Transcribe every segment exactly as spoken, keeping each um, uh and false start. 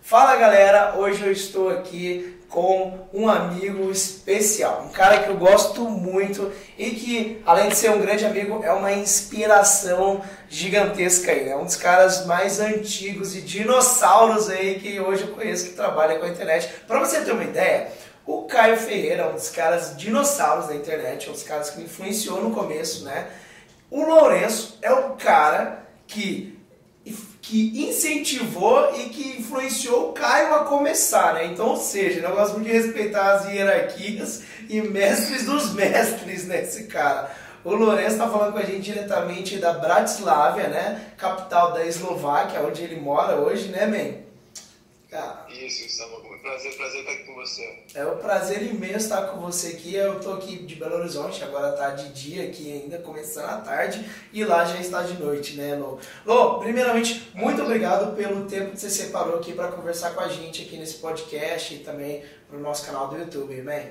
Fala galera, hoje eu estou aqui com um amigo especial, um cara que eu gosto muito e que, além de ser um grande amigo, é uma inspiração gigantesca aí, né? Um dos caras mais antigos e dinossauros aí que hoje eu conheço, que trabalha com a internet. Para você ter uma ideia, o Caio Ferreira é um dos caras dinossauros da internet, um dos caras que me influenciou no começo, né? O Lourenço é o cara que que incentivou e que influenciou o Caio a começar, né? Então, ou seja, eu gosto muito de respeitar as hierarquias e mestres dos mestres, né, esse cara. O Lourenço está falando com a gente diretamente da Bratislava, né, capital da Eslováquia, onde ele mora hoje, né, man? Cara, isso, isso, amor. Prazer, prazer estar aqui com você. É um prazer imenso estar com você aqui. Eu estou aqui de Belo Horizonte, agora está de dia aqui ainda, começando à tarde, e lá já está de noite, né, Lô? Lô, primeiramente, muito obrigado pelo tempo que você separou aqui para conversar com a gente aqui nesse podcast e também no nosso canal do YouTube, man.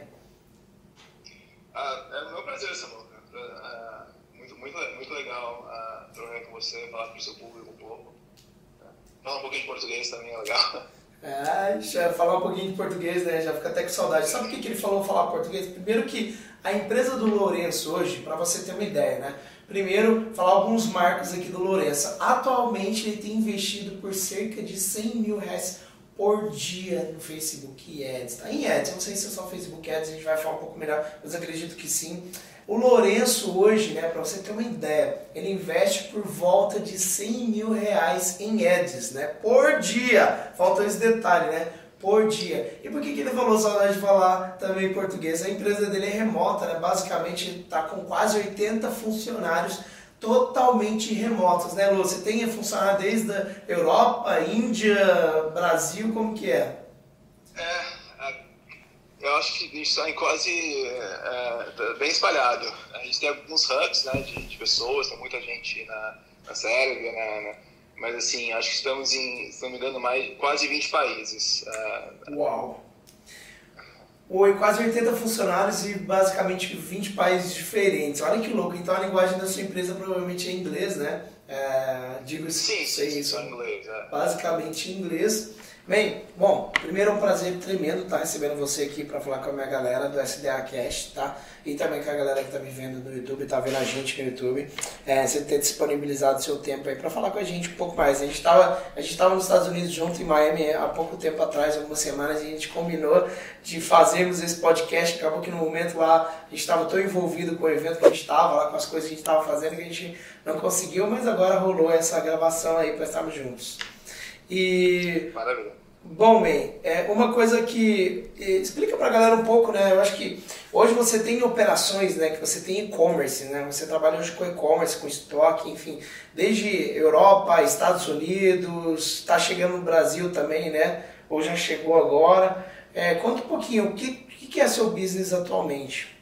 Ah, é o meu prazer, Samuca. Ah, muito, muito, muito legal ah, trocar com você, falar para o seu público um pouco. Falar um pouquinho de português também é legal. É, já falar um pouquinho de português, né? Já fica até com saudade. Sabe por que, que ele falou falar português? Primeiro que a empresa do Lourenço hoje, para você ter uma ideia, né? Primeiro, falar alguns marcos aqui do Lourenço. Atualmente ele tem investido por cerca de cem mil reais por dia no Facebook Ads. Tá em Ads, eu não sei se é só Facebook Ads, a gente vai falar um pouco melhor, mas acredito que sim. O Lourenço hoje, né, para você ter uma ideia, ele investe por volta de cem mil reais em ads, né, por dia. Faltou esse detalhe, né, por dia. E por que, que ele falou saudade de falar também em português? A empresa dele é remota, né, basicamente está com quase oitenta funcionários totalmente remotos, né, Lu? Você tem funcionário desde a Europa, Índia, Brasil, como que é? É. Eu acho que a gente está em quase é, bem espalhado. A gente tem alguns hubs, né, de, de pessoas, tem muita gente na, na Sérvia, na, na, mas assim, acho que estamos em, se não me engano, mais, quase vinte países. Uh, Uau! Oi, quase oitenta funcionários e basicamente vinte países diferentes. Olha que louco. Então a linguagem da sua empresa provavelmente é inglês, né? É, digo isso. Sim, sei sim, isso. Só inglês. É. Basicamente inglês. Bem, bom, primeiro é um prazer tremendo estar recebendo você aqui para falar com a minha galera do S D A Cast, tá? E também com a galera que está me vendo no YouTube, tá vendo a gente no YouTube. É, você ter disponibilizado seu tempo aí para falar com a gente um pouco mais. A gente estava a gente tava nos Estados Unidos junto em Miami há pouco tempo atrás, algumas semanas, e a gente combinou de fazermos esse podcast. Acabou que no momento lá a gente estava tão envolvido com o evento que a gente estava lá, com as coisas que a gente estava fazendo, que a gente não conseguiu, mas agora rolou essa gravação aí para estarmos juntos. E... Maravilha. Bom, man, é uma coisa que... Explica pra galera um pouco, né? Eu acho que hoje você tem operações, né? Que você tem e-commerce, né? Você trabalha hoje com e-commerce, com estoque, enfim. Desde Europa, Estados Unidos, está chegando no Brasil também, né? Ou já chegou agora. É, conta um pouquinho, o que, o que é seu business atualmente?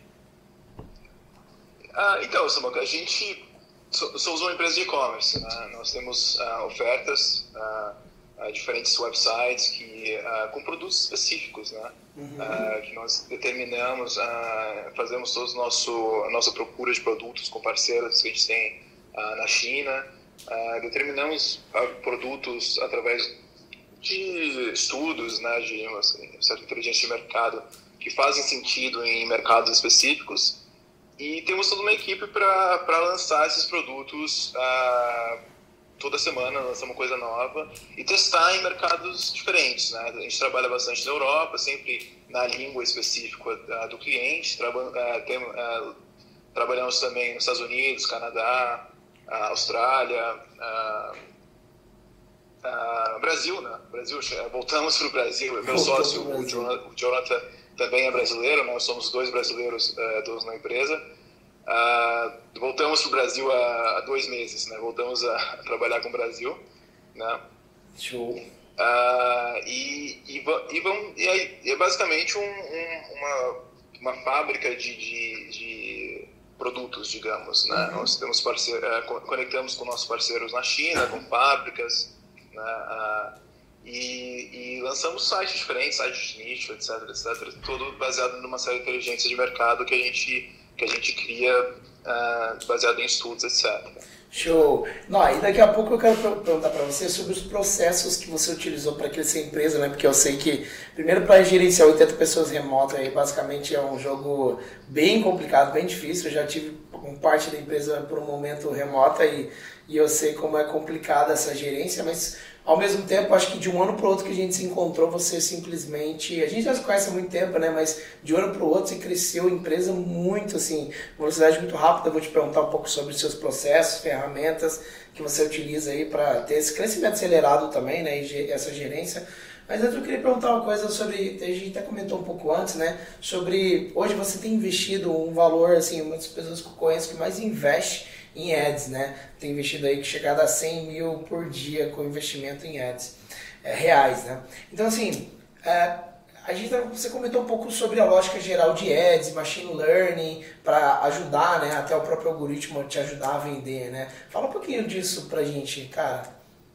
Ah, então, Samuca, a gente... Somos uma empresa de e-commerce, né? Nós temos uh, ofertas... Uh, Uh, diferentes websites que, uh, com produtos específicos, né? Uhum. Uh, que nós determinamos, uh, fazemos toda a nossa procura de produtos com parceiros que a gente tem uh, na China, uh, determinamos uh, produtos através de estudos, né, de uma certa inteligência de mercado que fazem sentido em mercados específicos, e temos toda uma equipe para lançar esses produtos uh, toda semana, lançamos coisa nova e testar em mercados diferentes, né? A gente trabalha bastante na Europa, sempre na língua específica uh, do cliente. Traba, uh, tem, uh, trabalhamos também nos Estados Unidos, Canadá, uh, Austrália, uh, uh, Brasil, né? Brasil, voltamos para o Brasil. Meu sócio, o Jonathan, o Jonathan, também é brasileiro, nós somos dois brasileiros uh, dois na empresa. Uh, voltamos para o Brasil há, há dois meses, né? Voltamos a, a trabalhar com o Brasil, né? Show. Uh, e, e, e, vamos, e aí, é basicamente um, um, uma, uma fábrica de, de, de produtos, digamos, né? Uhum. Nós temos parceiro, uh, conectamos com nossos parceiros na China, com fábricas, né? Uh, e, e lançamos sites diferentes, sites de nicho, etc, etc, tudo baseado numa série de inteligência de mercado que a gente que a gente cria uh, baseado em estudos, etcétera. Show! Não, e daqui a pouco eu quero perguntar para você sobre os processos que você utilizou para crescer a empresa, né? Porque eu sei que, primeiro, para gerenciar oitenta pessoas remotas, aí, basicamente é um jogo bem complicado, bem difícil. Eu já tive um parte da empresa por um momento remota e, e eu sei como é complicada essa gerência, mas ao mesmo tempo, acho que de um ano para o outro que a gente se encontrou, você simplesmente... A gente já se conhece há muito tempo, né? Mas de um ano para o outro você cresceu a empresa muito, assim, uma velocidade muito rápida. Eu vou te perguntar um pouco sobre os seus processos, ferramentas que você utiliza aí para ter esse crescimento acelerado também, né? E essa gerência. Mas antes eu queria perguntar uma coisa sobre... A gente até comentou um pouco antes, né? Sobre... Hoje você tem investido um valor, assim, muitas pessoas que eu conheço que mais investe em ads, né? Tem investido aí que chegado a cem mil por dia com investimento em ads é, reais, né? Então, assim, é, a gente, você comentou um pouco sobre a lógica geral de ads, machine learning, para ajudar, né? Até o próprio algoritmo te ajudar a vender, né? Fala um pouquinho disso pra gente, cara.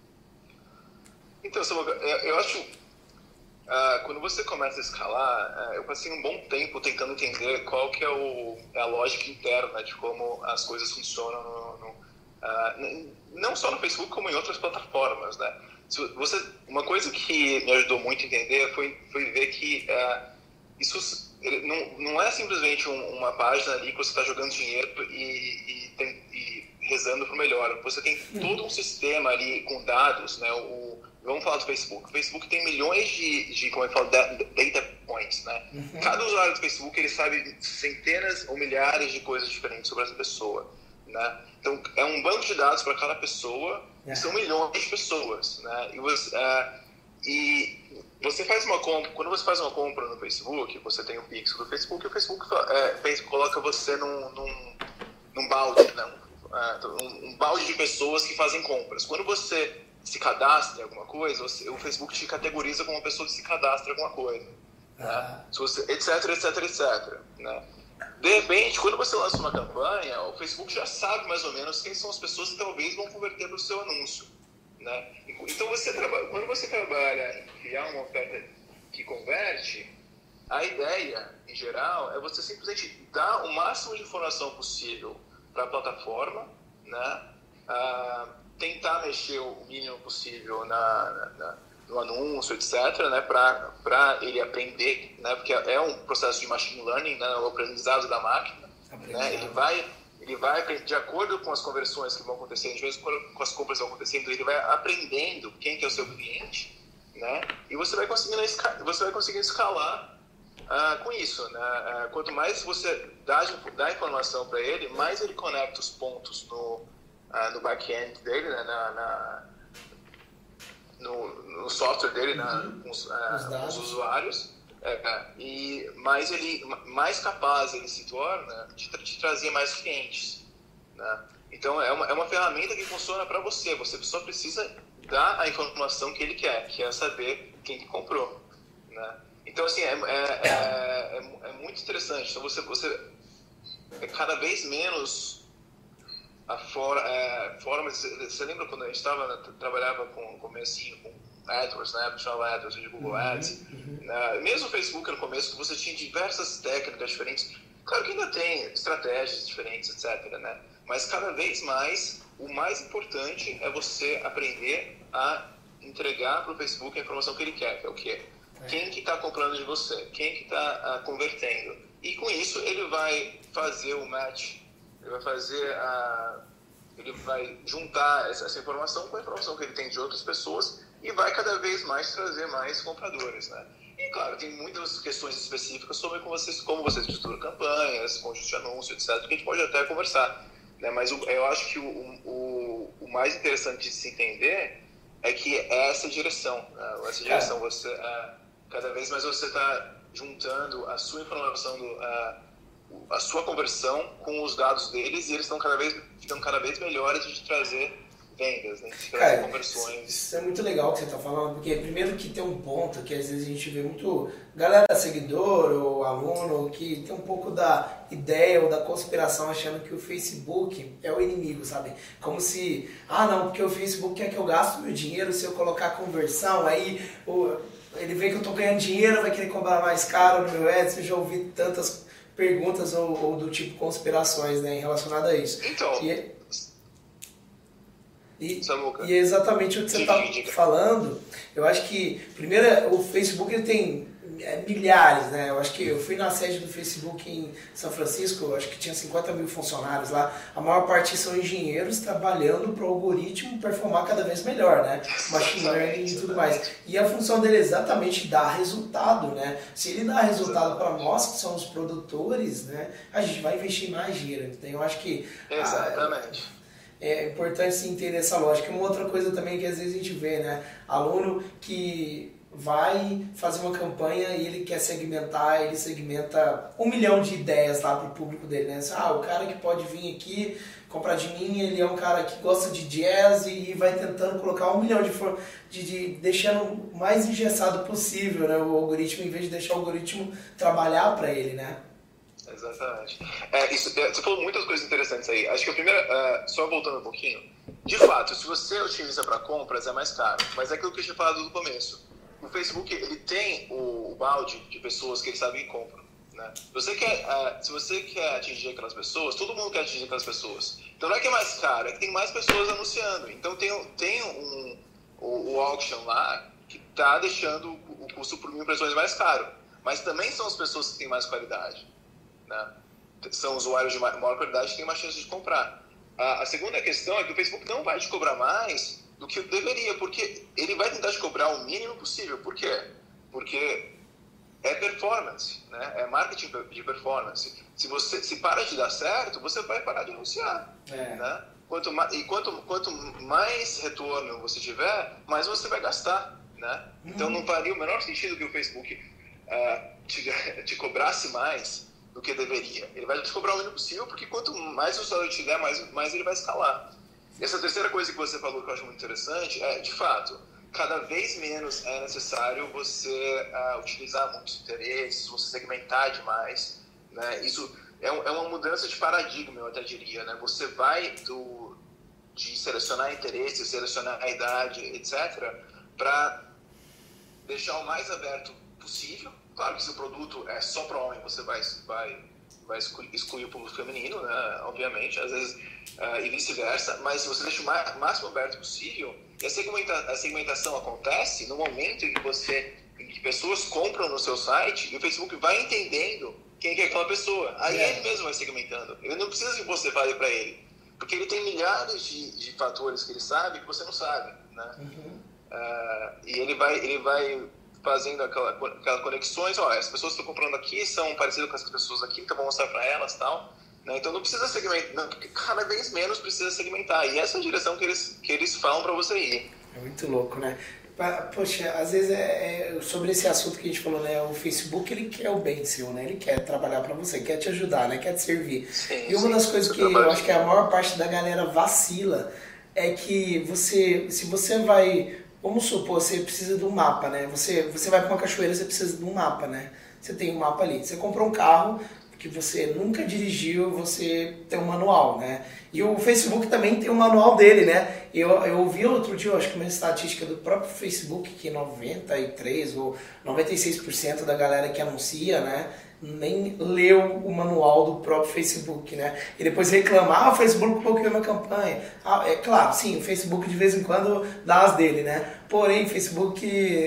Então, eu acho... Uh, quando você começa a escalar, uh, eu passei um bom tempo tentando entender qual que é o, a lógica interna de como as coisas funcionam, no, no, uh, não só no Facebook, como em outras plataformas, né? Você, uma coisa que me ajudou muito a entender foi, foi ver que uh, isso não, não é simplesmente um, uma página ali que você está jogando dinheiro e, e, tem, e rezando para o melhor. Você tem todo um sistema ali com dados, né? O, Vamos falar do Facebook. O Facebook tem milhões de, de como é que fala, data points, né? Uhum. Cada usuário do Facebook, ele sabe centenas ou milhares de coisas diferentes sobre essa pessoa, né? Então, é um banco de dados para cada pessoa, é. E são milhões de pessoas, né? E você, uh, e você faz uma compra, quando você faz uma compra no Facebook, você tem o pixel do Facebook, e o Facebook é, coloca você num, num, num balde, né? um, um, um balde de pessoas que fazem compras. Quando você se cadastra em alguma coisa, você, o Facebook te categoriza como uma pessoa que se cadastra em alguma coisa, né? Se você, etc, etc, etc, né? De repente, quando você lança uma campanha, o Facebook já sabe mais ou menos quem são as pessoas que talvez vão converter para o seu anúncio, né? Então, você trabalha, quando você trabalha em criar uma oferta que converte, a ideia, em geral, é você simplesmente dar o máximo de informação possível para a plataforma, né? Ah, tentar mexer o mínimo possível na, na, no anúncio, etc, né, para ele aprender, né, porque é um processo de machine learning, né, o aprendizado da máquina, né, ele vai, ele vai de acordo com as conversões que vão acontecendo, de vez com as compras que vão acontecendo, ele vai aprendendo quem que é o seu cliente, né, e você vai conseguindo, você vai conseguindo escalar uh, com isso, né, uh, quanto mais você dá, dá informação para ele, mais ele conecta os pontos no Uh, no back-end dele, né, na, na, no, no software dele, uhum. na, com, os, uh, com os usuários, é, e mais, ele, mais capaz ele se torna de, de trazer mais clientes, né? Então é uma, é uma ferramenta que funciona para você, você só precisa dar a informação que ele quer, que é saber quem que comprou, né? Então, assim, é, é, é, é, é muito interessante. Então, você, você é cada vez menos a for, é, formas... Você lembra quando a gente tava, trabalhava com, com, assim, com AdWords, né? Chamava AdWords de Google Ads. Uhum. Né? Mesmo o Facebook, no começo, você tinha diversas técnicas diferentes. Claro que ainda tem estratégias diferentes, etcétera, né? Mas cada vez mais, o mais importante é você aprender a entregar para o Facebook a informação que ele quer, que é o quê? Quem que está comprando de você? Quem que está uh, convertendo? E com isso ele vai fazer o match, ele vai fazer a, ele vai juntar essa, essa informação com a informação que ele tem de outras pessoas e vai cada vez mais trazer mais compradores, né? E claro, tem muitas questões específicas sobre como você, como você estrutura campanhas, conjunto de anúncio, etcétera, que a gente pode até conversar, né? Mas o, eu acho que o, o, o mais interessante de se entender é que é essa direção, né? Essa direção, você, é, cada vez mais você está juntando a sua informação, do, a, a sua conversão com os dados deles, e eles estão cada vez, ficando cada vez melhores de trazer vendas, né? De trazer Cara, conversões. Isso é muito legal que você está falando, porque primeiro que tem um ponto que às vezes a gente vê muito galera seguidor ou aluno que tem um pouco da ideia ou da conspiração achando que o Facebook é o inimigo, sabe? Como se, ah não, porque o Facebook quer que eu gaste meu dinheiro, se eu colocar conversão, aí o, ele vê que eu estou ganhando dinheiro, vai querer cobrar mais caro no meu ads. Eu já ouvi tantas perguntas ou, ou do tipo conspirações, né, relacionadas a isso. Então, e... E, Samuca. e é exatamente o que você está falando. Eu acho que, primeiro, o Facebook ele tem é, milhares, né? Eu acho que eu fui na sede do Facebook em São Francisco, eu acho que tinha cinquenta mil funcionários lá. A maior parte são engenheiros trabalhando para o algoritmo performar cada vez melhor, né? Machine learning e tudo mais. E a função dele é exatamente dar resultado, né? Se ele dá resultado para nós, que são os produtores, né? A gente vai investir mais dinheiro. Então eu acho que... Exatamente. A, É importante se entender essa lógica. Uma outra coisa também que às vezes a gente vê, né? Aluno que vai fazer uma campanha e ele quer segmentar, ele segmenta um milhão de ideias lá pro público dele, né? Ah, o cara que pode vir aqui comprar de mim, ele é um cara que gosta de jazz e vai tentando colocar um milhão de... de, de deixando o mais engessado possível, né? O algoritmo, em vez de deixar o algoritmo trabalhar para ele, né? Exatamente. É, isso, é, você falou muitas coisas interessantes aí. Acho que a primeira, uh, só voltando um pouquinho, de fato, se você otimiza para compras é mais caro, mas é aquilo que eu tinha falado no começo. O Facebook, ele tem o, o balde de pessoas que ele sabe que compram, né? Você quer, uh, se você quer atingir aquelas pessoas, todo mundo quer atingir aquelas pessoas. Então não é que é mais caro, é que tem mais pessoas anunciando. Então tem, tem um, o, o auction lá que está deixando o, o custo por mil impressões mais caro, mas também são as pessoas que têm mais qualidade. Né? São usuários de maior qualidade que têm mais chance de comprar. A, a segunda questão é que o Facebook não vai te cobrar mais do que deveria, porque ele vai tentar te cobrar o mínimo possível. Por quê? Porque é performance, né? É marketing de performance. Se você se para de dar certo, você vai parar de anunciar. É. Né? Quanto mais, e quanto, quanto mais retorno você tiver, mais você vai gastar. Né? Uhum. Então não faria o menor sentido que o Facebook uh, te, te cobrasse mais do que deveria. Ele vai te cobrar o mínimo possível, porque quanto mais o usuário te der, mais, mais ele vai escalar. E essa terceira coisa que você falou que eu acho muito interessante é, de fato, cada vez menos é necessário você uh, utilizar muitos interesses, você segmentar demais. Né? Isso é, um, é uma mudança de paradigma, eu até diria. Né? Você vai do, de selecionar interesses, selecionar a idade, etcétera, para deixar o mais aberto possível. Claro que se o produto é só para homem, você vai, vai, vai excluir, excluir o público feminino, né? Obviamente, às vezes, uh, e vice-versa, mas se você deixa o máximo aberto possível, e a, segmenta, a segmentação acontece no momento em que, você, em que pessoas compram no seu site, e o Facebook vai entendendo quem que é aquela pessoa. Aí yeah. ele mesmo vai segmentando. Ele não precisa que você fale para ele, porque ele tem milhares de, de fatores que ele sabe que você não sabe. Né? Uhum. Uh, e ele vai... Ele vai fazendo aquela, aquelas conexões, ó, as pessoas que estão comprando aqui são parecidas com essas pessoas aqui, então vou mostrar para elas e tal, né? Então não precisa segmentar, não, cada vez menos precisa segmentar, e essa é a direção que eles, que eles falam para você ir. É muito louco, né? Poxa, às vezes é, é sobre esse assunto que a gente falou, né? O Facebook, ele quer o bem seu, né? Ele quer trabalhar para você, quer te ajudar, né? Quer te servir. Sim, e uma sim, das coisas que eu acho que a maior parte da galera vacila é que você, se você vai... Vamos supor, você precisa de um mapa, né? Você, você vai para uma cachoeira, você precisa de um mapa, né? Você tem um mapa ali. Você comprou um carro que você nunca dirigiu, você tem um manual, né? E o Facebook também tem um manual dele, né? Eu, eu ouvi outro dia, eu acho que uma estatística do próprio Facebook, que noventa e três por cento ou noventa e seis por cento da galera que anuncia, né? Nem leu o manual do próprio Facebook, né? E depois reclama, ah, o Facebook bloqueou minha campanha. Ah, é claro, sim, o Facebook de vez em quando dá as dele, né? Porém, o Facebook,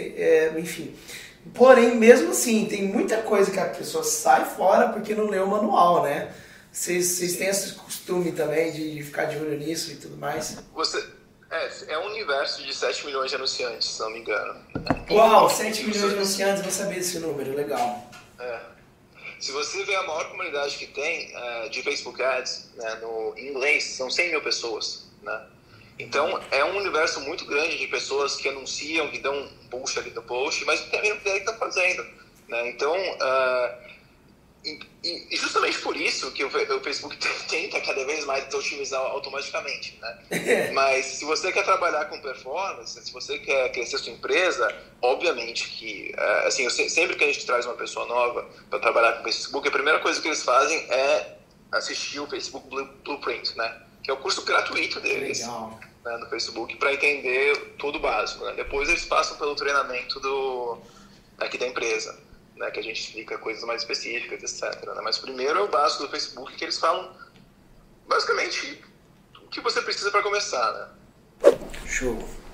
é, enfim... Porém, mesmo assim, tem muita coisa que a pessoa sai fora porque não leu o manual, né? Vocês têm esse costume também de ficar de olho nisso e tudo mais? Você... É, é um universo de sete milhões de anunciantes, se não me engano. Uau, sete milhões de anunciantes, vou saber esse número, legal. É. Se você vê a maior comunidade que tem uh, de Facebook Ads, né, no em inglês, são cem mil pessoas, né? Então, é um universo muito grande de pessoas que anunciam, que dão um push ali no post, mas também não tem o que estão fazendo, né? Então, uh, e, e justamente por isso que o, o Facebook tenta cada vez mais otimizar automaticamente, né? Mas se você quer trabalhar com performance, se você quer crescer sua empresa, obviamente que, uh, assim, eu, sempre que a gente traz uma pessoa nova para trabalhar com o Facebook, a primeira coisa que eles fazem é assistir o Facebook Blueprint, né? Que é o curso gratuito deles. Legal. Né, no Facebook, para entender tudo básico, né? Depois eles passam pelo treinamento do, aqui da empresa, né? Que a gente explica coisas mais específicas, etcétera. Né? Mas primeiro é o básico do Facebook, que eles falam basicamente o que você precisa para começar, né? Show.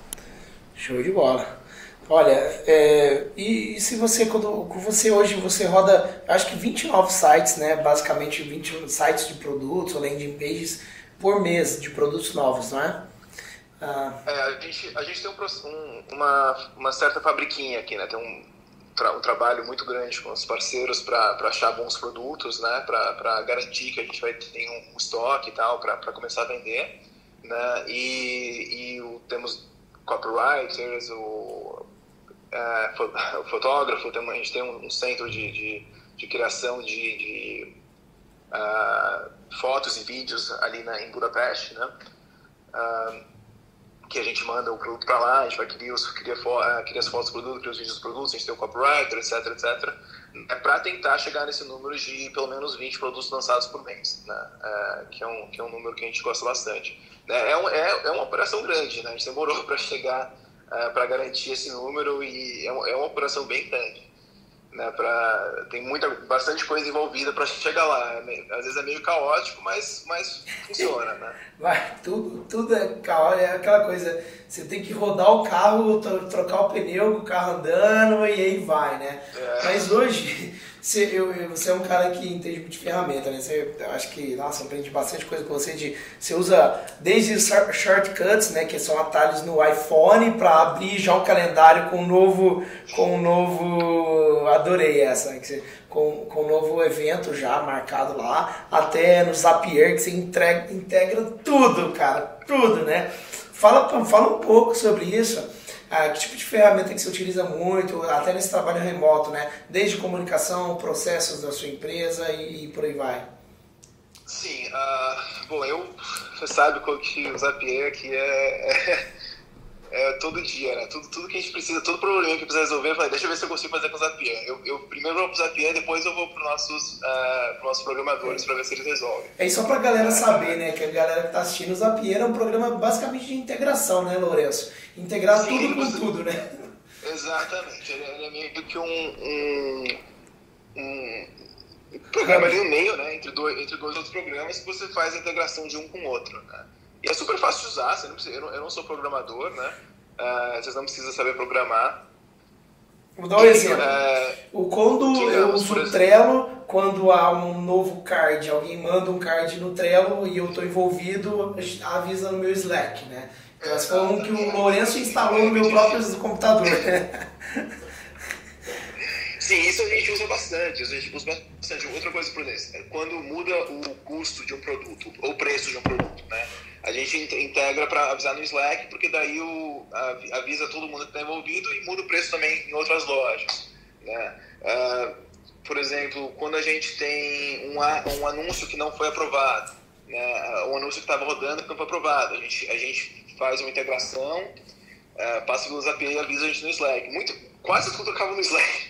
Show de bola. Olha, é, e, e se você, quando você hoje, você roda, acho que vinte e nove sites, né? Basicamente vinte sites de produtos, ou landing pages, por mês de produtos novos, não é? Ah. É, a gente, a gente tem um, um, uma, uma certa fabriquinha aqui, né? Tem um, tra, um trabalho muito grande com os parceiros para achar bons produtos, né? Para garantir que a gente vai ter um, um estoque e tal, para começar a vender, né? E, e o, temos copywriters, o, é, o fotógrafo, tem, a gente tem um, um centro de, de, de criação de, de uh, fotos e vídeos ali na, em Budapeste, né? Uh, que a gente manda o produto para lá, a gente vai criar, os, cria, cria as fotos do produto, cria os vídeos dos produtos, a gente tem o copywriter, etc, etcétera, é para tentar chegar nesse número de pelo menos vinte produtos lançados por mês, né? É, que, é um, que é um número que a gente gosta bastante. É, é, um, é, é uma operação grande, né? A gente demorou para chegar, é, para garantir esse número e é uma, é uma operação bem grande. Né, pra, tem muita, bastante coisa envolvida para chegar lá. É meio, às vezes é meio caótico, mas, mas funciona, né? Vai, tudo, tudo é caótico, é aquela coisa, você tem que rodar o carro, trocar o pneu, o carro andando e aí vai, né? É. Mas hoje, você, eu, você é um cara que entende muito de ferramenta, né? Você, eu acho que, nossa, eu aprendi bastante coisa com você. De, você usa desde shortcuts, né, que são atalhos no iPhone, para abrir já um calendário com um novo, com um novo, adorei essa, né, que você, com, com um novo evento já marcado lá, até no Zapier, que você entrega, integra tudo, cara, tudo, né? Fala, fala um pouco sobre isso. Ah, que tipo de ferramenta que você utiliza muito, até nesse trabalho remoto, né? Desde comunicação, processos da sua empresa e, e por aí vai. Sim, uh, bom, eu, você sabe que o Zapier aqui é, é, é todo dia, né? Tudo, tudo que a gente precisa, todo problema que precisa resolver, eu falei, deixa eu ver se eu consigo fazer com o Zapier. Eu, eu primeiro vou pro Zapier, depois eu vou para os nossos, uh, pros nossos programadores para ver se eles resolvem. É só pra galera saber, né? Que a galera que tá assistindo, o Zapier é um programa basicamente de integração, né, Lourenço? Integrar Sim, tudo com você... tudo, né? Exatamente. Ele, ele é meio que um, um, um programa ali no meio, né? Entre dois, entre dois outros programas que você faz a integração de um com o outro, né? E é super fácil de usar. Você não precisa, eu, não, eu não sou programador, né? Uh, vocês não precisam saber programar. Vou dar um e, exemplo. Uh, o, quando digamos, eu uso o Trello, quando há um novo card, alguém manda um card no Trello e eu estou envolvido, avisa no meu Slack, né? Mas foi um que o Lourenço instalou no meu próprio computador. Sim, isso a gente usa bastante. A gente usa bastante. Outra coisa, por exemplo, quando muda o custo de um produto ou o preço de um produto, né? A gente integra para avisar no Slack, porque daí o, avisa todo mundo que está envolvido e muda o preço também em outras lojas, né? Uh, por exemplo, quando a gente tem um, um anúncio que não foi aprovado, né? Um anúncio que estava rodando que não foi aprovado, a gente, a gente faz uma integração, uh, passa pelo Zapier e avisa a gente no Slack. Muito, quase tudo acaba no Slack.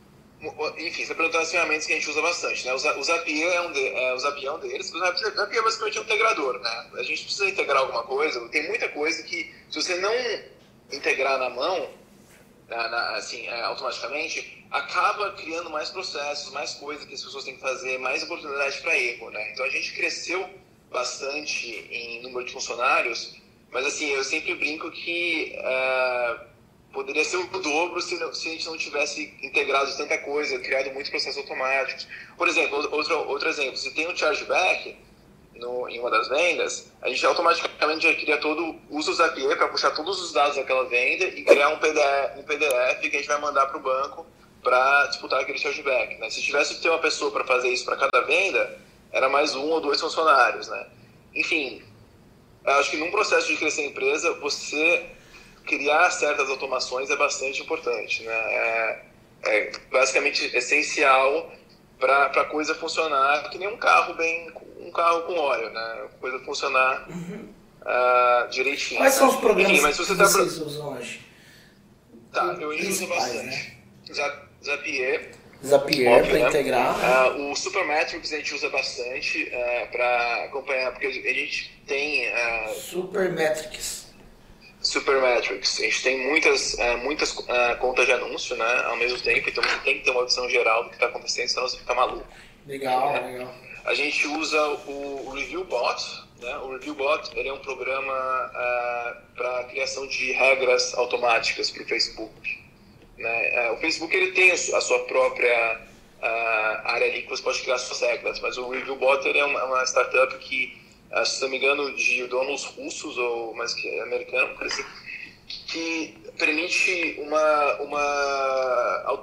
Enfim, você perguntou as ferramentas que a gente usa bastante, né? O Zapier é um, de, é, o Zapier é um deles. O Zapier é basicamente um integrador, né? A gente precisa integrar alguma coisa. Tem muita coisa que, se você não integrar na mão, na, na, assim, é, automaticamente, acaba criando mais processos, mais coisas que as pessoas têm que fazer, mais oportunidade para erro, né? Então a gente cresceu bastante em número de funcionários, mas assim, eu sempre brinco que uh, poderia ser o dobro se, não, se a gente não tivesse integrado tanta coisa, criado muitos processos automáticos. Por exemplo, outro, outro exemplo, se tem um chargeback no, em uma das vendas, a gente automaticamente já cria todo, usa o Zapier para puxar todos os dados daquela venda e criar um P D F, um P D F que a gente vai mandar para o banco para disputar aquele chargeback, né? Se tivesse que ter uma pessoa para fazer isso para cada venda, era mais um ou dois funcionários, né? Enfim, eu acho que num processo de crescer a empresa, você criar certas automações é bastante importante, né? É, é basicamente essencial para a coisa funcionar, que nem um carro bem, um carro com óleo, né? A coisa funcionar uhum. uh, direitinho. Quais são os programas Enfim, mas você que tá vocês pra... usam hoje? Tá, eu uso bastante. Né? Zapier. Zapier para né? integrar. Uh, o Supermetrics a gente usa bastante uh, para acompanhar, porque a gente tem... Uh, Supermetrics. Supermetrics. A gente tem muitas, uh, muitas uh, contas de anúncio, né, ao mesmo tempo, então você tem que ter uma visão geral do que está acontecendo, senão você fica maluco. Legal, né? legal. A gente usa o, o Review Bot, né? O ReviewBot ele é um programa uh, para criação de regras automáticas para o Facebook. Né? Uh, o Facebook ele tem a sua própria uh, área ali que você pode criar suas regras, mas o ReviewBot ele é uma, uma startup que, uh, se não me engano, de donos russos ou mas que é americano, assim, que permite uma, uma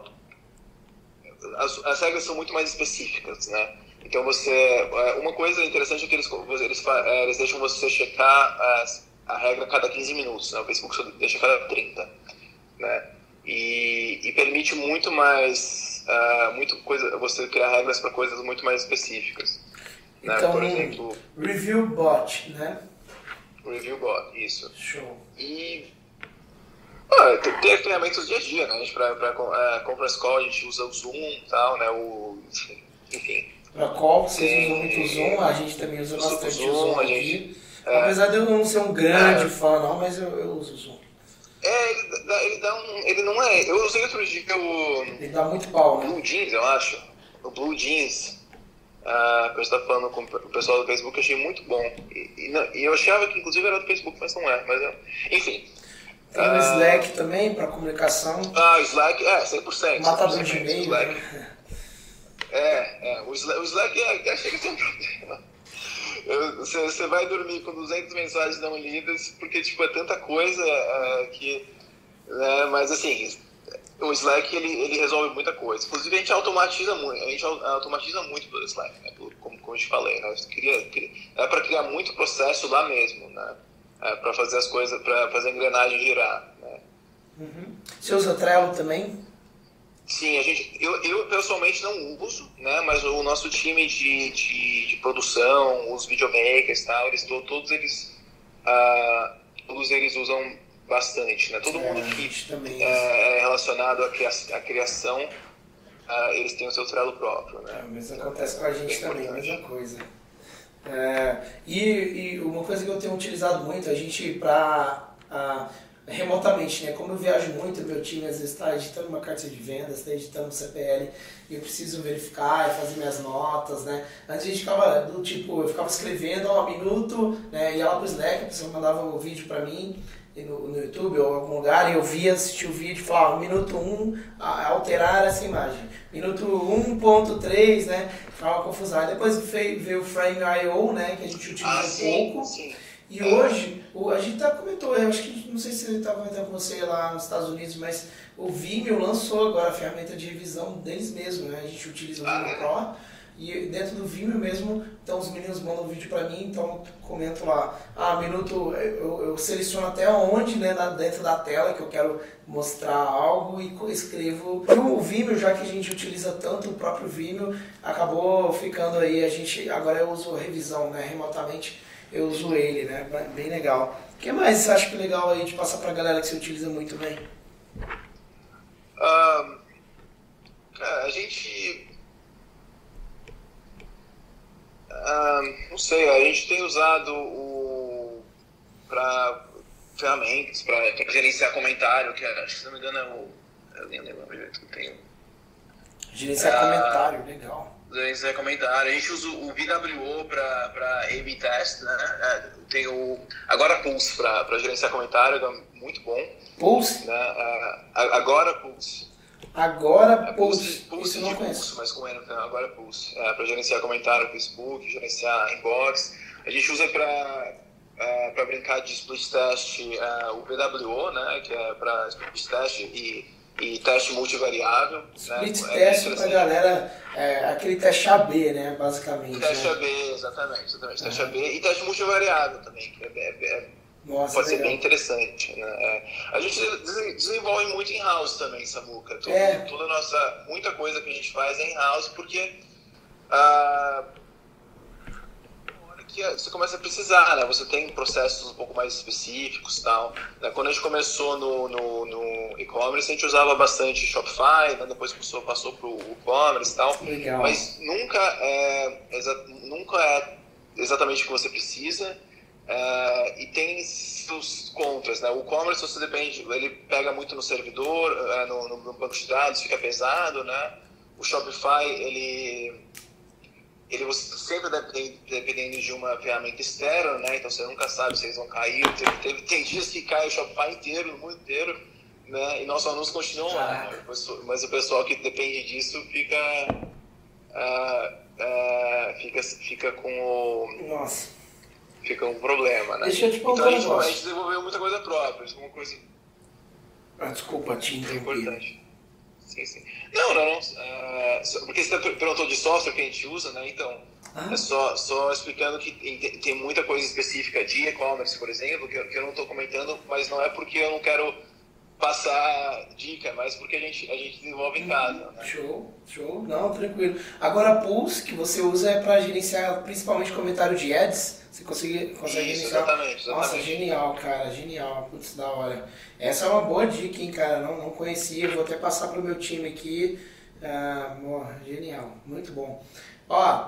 as, as regras são muito mais específicas, né? Então você, uma coisa interessante é que eles, eles, eles deixam você checar a, a regra a cada quinze minutos, né? O Facebook só deixa a cada trinta, né? E, e permite muito mais, uh, muito coisa, você criar regras para coisas muito mais específicas. Né? Então, por exemplo, ReviewBot, né? ReviewBot, isso. Show. E ah, tem, tem ferramentas dia a dia, né? Para uh, conference call a gente usa o Zoom e tal, né? O, enfim. Para call, vocês tem, usam muito o Zoom, a gente também usa bastante o Zoom, Zoom aqui. Gente, é, apesar de eu não ser um grande é, fã, não, mas eu, eu uso o Zoom. É, ele dá, ele dá um... Ele não é... Eu usei outro dia o... Ele dá muito pau, né? Blue Jeans, eu acho. O Blue Jeans. Uh, que eu estava falando com o pessoal do Facebook, eu achei muito bom. E, e, não, e eu achava que inclusive era do Facebook, mas não é. Mas eu, enfim. Tem o uh, Slack também, para comunicação. Ah, o Slack, é, cem por cento. Matador de e-mail. Né? É, é, o Slack, o Slack é, é, chega a ter um problema. Você, você vai dormir com duzentas mensagens não lidas, porque tipo, é tanta coisa é, que... Né, mas assim, o Slack ele, ele resolve muita coisa. Inclusive a gente automatiza muito, a gente automatiza muito pelo Slack, né, como, como eu te falei. Né, queria, queria, é para criar muito processo lá mesmo, né, é, para fazer as coisas, para fazer a engrenagem girar. Né. Uhum. Você usa Trello também? Sim, a gente, eu, eu pessoalmente não uso, né, mas o nosso time de, de, de produção, os videomakers e tal, eles, todos, eles, uh, todos eles usam bastante, né, todo é, mundo que é, é relacionado à criação, à criação uh, eles têm o seu Trello próprio, né. É, mas acontece com a gente é também, a mesma coisa. É, e, e uma coisa que eu tenho utilizado muito, a gente para... Uh, remotamente, né? Como eu viajo muito, meu time às vezes está editando uma carta de vendas, está editando um C P L, e eu preciso verificar e fazer minhas notas, né? Antes a gente ficava do tipo, eu ficava escrevendo, ó, um minuto, né? Ia lá pro Slack, a pessoa mandava o um vídeo para mim, no, no YouTube ou em algum lugar, e eu via, assistia o vídeo e falava, minuto um, alterar essa imagem. Minuto um ponto três, né? Ficava uma confusão. Aí depois veio o Frame ponto i o, né? Que a gente utiliza ah, um sim, pouco. Sim. E hoje, a gente tá comentou, eu acho que, não sei se ele estava comentando com você lá nos Estados Unidos, mas o Vimeo lançou agora a ferramenta de revisão deles mesmo, né? A gente utiliza o Vimeo Pro e dentro do Vimeo mesmo, então os meninos mandam um vídeo para mim, então eu comento lá, ah, minuto, eu, eu seleciono até onde, né, dentro da tela que eu quero mostrar algo e escrevo. E o Vimeo, já que a gente utiliza tanto o próprio Vimeo, acabou ficando aí, a gente, agora eu uso revisão, né, remotamente. Eu uso ele, né? Bem legal. O que mais você acha que é legal aí de passar pra galera que você utiliza muito bem? Um, a gente... Um, não sei, a gente tem usado o... para ferramentas, para gerenciar comentário, que acho que se não me engano é o... Eu nem lembro o jeito que eu tenho. Gerenciar uh, comentário, legal. Gerenciar comentário. A gente usa o V W O para A B test, né? Tem o agora Pulse para gerenciar comentário, é muito bom. Pulse? Né? Agora Pulse. Agora Pulse. Pulse, Pulse não de conheço. Pulse, mas com N, agora Pulse. É, para gerenciar comentário no Facebook, gerenciar inbox. A gente usa para é, para brincar de split test é, o V W O, né? Que é para split test e E teste multivariável. Split né? test é pra galera, é, aquele teste A B, né, basicamente. Teste né? A B, exatamente. exatamente. Teste A B e teste multivariável também, que é, é, é, Nossa, pode legal. ser bem interessante. Né? É. A gente desenvolve muito in-house também, Samuca. Tudo, é. Toda a nossa, muita coisa que a gente faz é in-house, porque uh, que você começa a precisar, né? Você tem processos um pouco mais específicos e tal. Né? Quando a gente começou no, no, no e-commerce, a gente usava bastante Shopify, né? Depois passou, passou para o e-commerce e tal. Legal. Mas nunca é, exa- nunca é exatamente o que você precisa. É, e tem seus contras, né? O e-commerce você depende, ele pega muito no servidor, é, no, no banco de dados, fica pesado, né? O Shopify, ele... ele você sempre depende, dependendo de uma ferramenta externa, né? Então você nunca sabe se eles vão cair. Teve, teve, tem dias que cai o Shopify inteiro, no mundo inteiro, né? E nossos anúncios continuam lá, né? Mas o pessoal que depende disso fica, uh, uh, fica, fica com o... Nossa. Fica um problema, né? Deixa eu te então contar a gente, um a gente desenvolveu muita coisa própria, isso é uma coisa... Ah, desculpa, te interrompi. Importante. Sim, sim. Não, não, não. Uh, porque você perguntou de software que a gente usa, né? Então, ah. é só, só explicando que tem, tem muita coisa específica de e-commerce, por exemplo, que eu, que eu não estou comentando, mas não é porque eu não quero passar dica, mas porque a gente, a gente desenvolve em casa. Né? Show, show. Não, tranquilo. Agora, a Pulse que você usa é para gerenciar principalmente comentário de ads. Você consegue, consegue Isso, gerenciar? Exatamente, exatamente. Nossa, genial, cara, genial. Putz, da hora. Essa é uma boa dica, hein, cara. Não, não conhecia, vou até passar pro meu time aqui. Ah, genial, muito bom. Ó,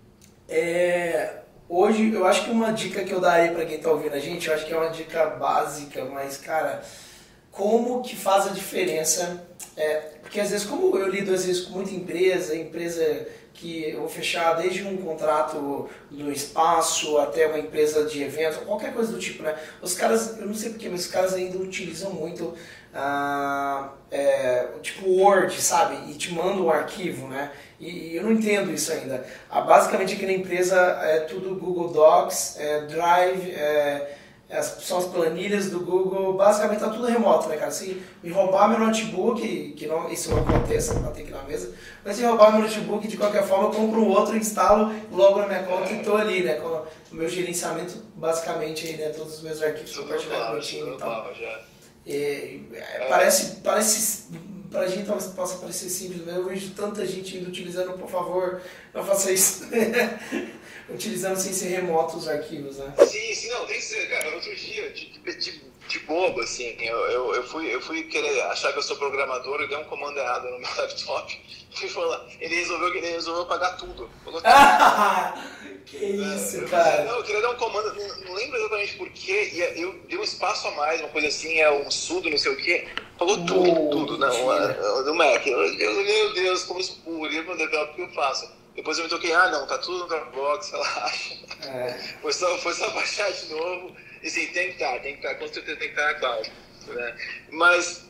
é, hoje eu acho que uma dica que eu daria para quem tá ouvindo a gente, eu acho que é uma dica básica, mas, cara, como que faz a diferença? É, porque às vezes, como eu lido às vezes com muita empresa, empresa que eu vou fechar desde um contrato no espaço até uma empresa de evento, qualquer coisa do tipo, né? Os caras, eu não sei porquê, mas os caras ainda utilizam muito ah, é, tipo Word, sabe? E te mandam um arquivo, né? E, e eu não entendo isso ainda. Ah, basicamente aqui na empresa é tudo Google Docs, é Drive, é, As, são as planilhas do Google, basicamente tá tudo remoto, né, cara? Se me roubar meu notebook, que não, isso não aconteça, não tem aqui na mesa, mas se roubar meu notebook, de qualquer forma, eu compro um outro, instalo logo na minha conta e tô ali, né? Com o meu gerenciamento, basicamente, aí, né? Todos os meus arquivos compartilhados com o meu time e tal. E, é, parece, parece, pra gente talvez possa parecer simples, mas eu vejo tanta gente ainda utilizando, por favor, não faça isso. Utilizando sem ser remoto os arquivos, né? Sim, sim, não, tem que ser, cara. Outro dia, de, de, de bobo, assim, eu, eu, eu, fui, eu fui querer achar que eu sou programador, eu dei um comando errado no meu laptop. Ele resolveu, ele resolveu apagar tudo. tudo. Que isso, cara. Não, eu queria dar um comando, não, não lembro exatamente porquê, e eu dei um espaço a mais, uma coisa assim, é um sudo, não sei o quê. Falou tudo, oh, tudo, não, do Mac. Eu, eu, meu Deus, como isso puria, o que eu faço? Depois eu me toquei, ah não, tá tudo no Dropbox, relaxa. É. Foi, só, foi só baixar de novo. E assim, tem que estar, tem que estar, com certeza tem que estar na cloud. Né? Mas,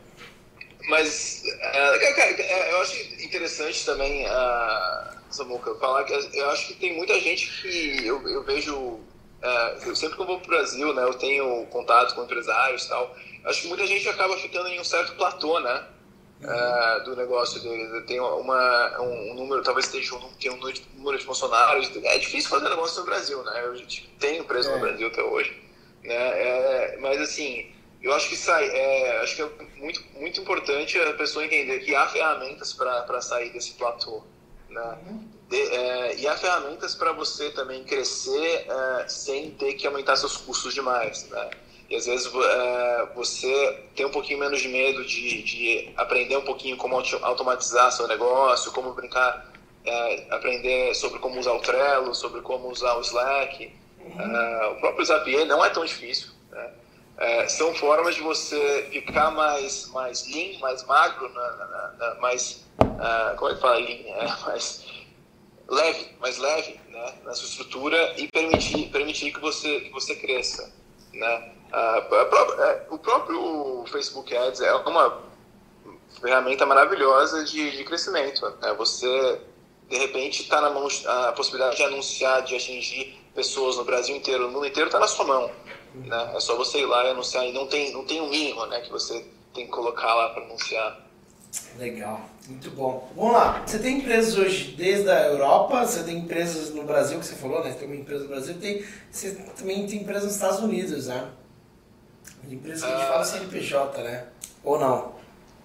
mas uh, eu acho interessante também, uh, Samuca, falar que eu acho que tem muita gente que eu, eu vejo, uh, eu, sempre que eu vou pro Brasil, né, eu tenho contato com empresários e tal, acho que muita gente acaba ficando em um certo platô, né? Uh, do negócio deles. Tem uma, um, um número, talvez esteja um, tem um número de funcionários. É difícil fazer negócio no Brasil, né? Eu tenho empresa é. no Brasil até hoje, né? É, mas assim, eu acho que sai, é, acho que é muito, muito importante a pessoa entender que há ferramentas para sair desse platô, né? Uhum. De, é, e há ferramentas para você também crescer é, sem ter que aumentar seus custos demais, né? E às vezes uh, você tem um pouquinho menos de medo de, de aprender um pouquinho como automatizar seu negócio, como brincar, uh, aprender sobre como usar o Trello, sobre como usar o Slack. Uhum. Uh, o próprio Zapier não é tão difícil. Né? Uh, são formas de você ficar mais, mais lean, mais magro, na, na, na, mais, uh, como é que fala lean? É, mais leve, mais leve, né? Na sua estrutura e permitir, permitir que, você, que você cresça. Né? Uh, o próprio Facebook Ads é uma ferramenta maravilhosa de, de crescimento. Né? Você, de repente, está na mão, a possibilidade de anunciar, de atingir pessoas no Brasil inteiro, no mundo inteiro está na sua mão. Né? É só você ir lá e anunciar. E não tem, não tem um mínimo, né, que você tem que colocar lá para anunciar. Legal, muito bom. Vamos lá, você tem empresas hoje desde a Europa, você tem empresas no Brasil, que você falou, né? Você tem uma empresa no Brasil, tem, você também tem empresas nos Estados Unidos, né? Empresas que a gente fala C N P J, né? Ou não?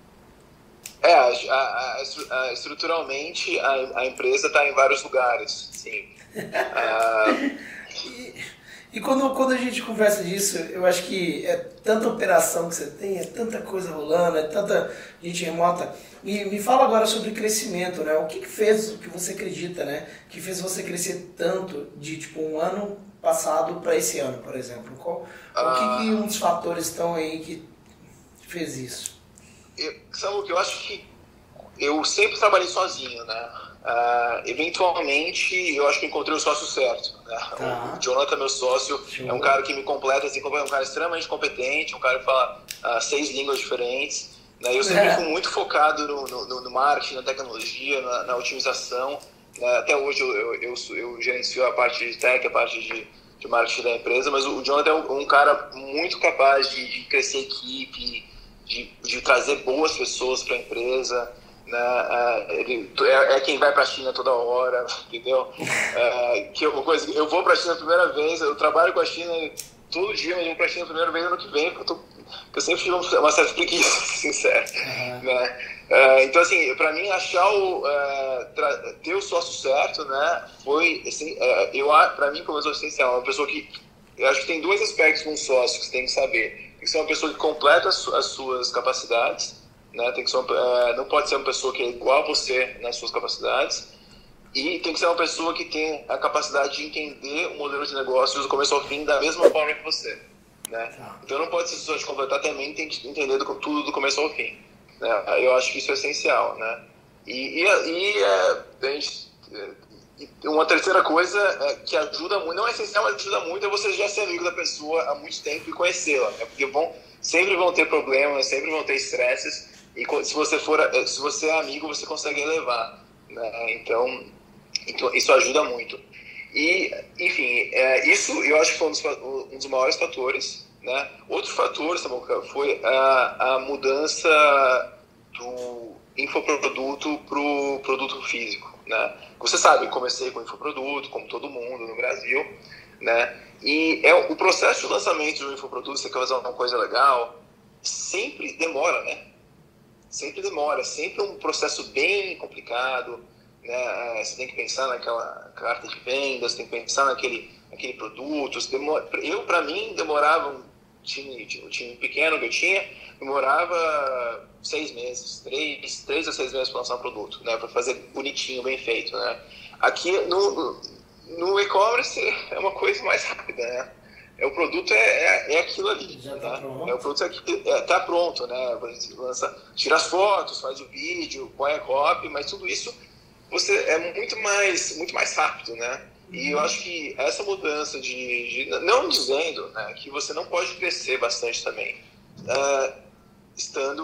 É, a, a, a, estruturalmente a, a empresa está em vários lugares, sim. uh... e, e quando, quando a gente conversa disso, eu acho que é tanta operação que você tem, é tanta coisa rolando, é tanta gente remota. E me fala agora sobre crescimento, né? O que, que fez, o que você acredita, né? Que fez você crescer tanto de tipo um ano passado para esse ano, por exemplo? Qual, uh... O que, que uns fatores estão aí que fez isso? Eu, sabe o que eu acho que eu sempre trabalhei sozinho, né? Uh, eventualmente, eu acho que encontrei o sócio certo, né? Tá. O Jonathan, meu sócio, Show. É um cara que me completa, assim, é um cara extremamente competente, um cara que fala uh, seis línguas diferentes, né? Eu sempre é. fui muito focado no, no, no marketing, na tecnologia, na, na otimização, né? Até hoje eu, eu, eu, eu gerencio a parte de tech, a parte de, de marketing da empresa, mas o Jonathan é um, um cara muito capaz de, de crescer equipe, de, de trazer boas pessoas para a empresa, né? Ele é, é quem vai para a China toda hora, entendeu? É, que eu, coisa, eu vou para a China a primeira vez, eu trabalho com a China todo dia, mas eu vou para a China a primeira vez ano que vem, porque eu, tô, eu sempre tive uma certa preguiça, sincero. Uhum. Né? É, então, assim, para mim, achar o, é, tra, ter o sócio certo, né, foi, assim, é, eu, para mim, começou essencial. Uma pessoa que, eu acho que tem dois aspectos com um sócio que você tem que saber. Tem que ser uma pessoa que completa as, as suas capacidades, né? Tem que ser uma, é, não pode ser uma pessoa que é igual a você nas suas capacidades, e tem que ser uma pessoa que tem a capacidade de entender o modelo de negócios do começo ao fim da mesma forma que você, né? Então não pode ser só de completar, também tem que entender do, tudo do começo ao fim, né? Eu acho que isso é essencial, né? E, e, e é, a gente, uma terceira coisa é, que ajuda muito, não é essencial, mas ajuda muito, é você já ser amigo da pessoa há muito tempo e conhecê-la, né? Porque vão, sempre vão ter problemas, sempre vão ter estresses. E se você for, se você é amigo, você consegue elevar, né? Então, então isso ajuda muito. E, enfim, é, isso eu acho que foi um dos, um dos maiores fatores, né? Outro fator, Samuca, foi a, a mudança do infoproduto para o produto físico, né? Você sabe, eu comecei com infoproduto, como todo mundo no Brasil, né? E é, o processo de lançamento de um infoproduto, você quer fazer uma coisa legal, sempre demora, né? Sempre demora, sempre é um processo bem complicado, né? Você tem que pensar naquela carta de vendas, tem que pensar naquele, naquele produto. Demora, eu, para mim, demorava, um time, um time pequeno que eu tinha, demorava seis meses, três, três a seis meses para lançar um produto, né? Para fazer bonitinho, bem feito, né? Aqui no, no e-commerce é uma coisa mais rápida, né? É, o produto é, é, é aquilo ali. Já tá, tá pronto. É, o produto é, é, tá pronto, né? Você lança, tira as fotos, faz o vídeo, põe a copy, mas tudo isso você é muito mais, muito mais rápido, né? Uhum. E eu acho que essa mudança de, de não dizendo, né, que você não pode crescer bastante também, uh, estando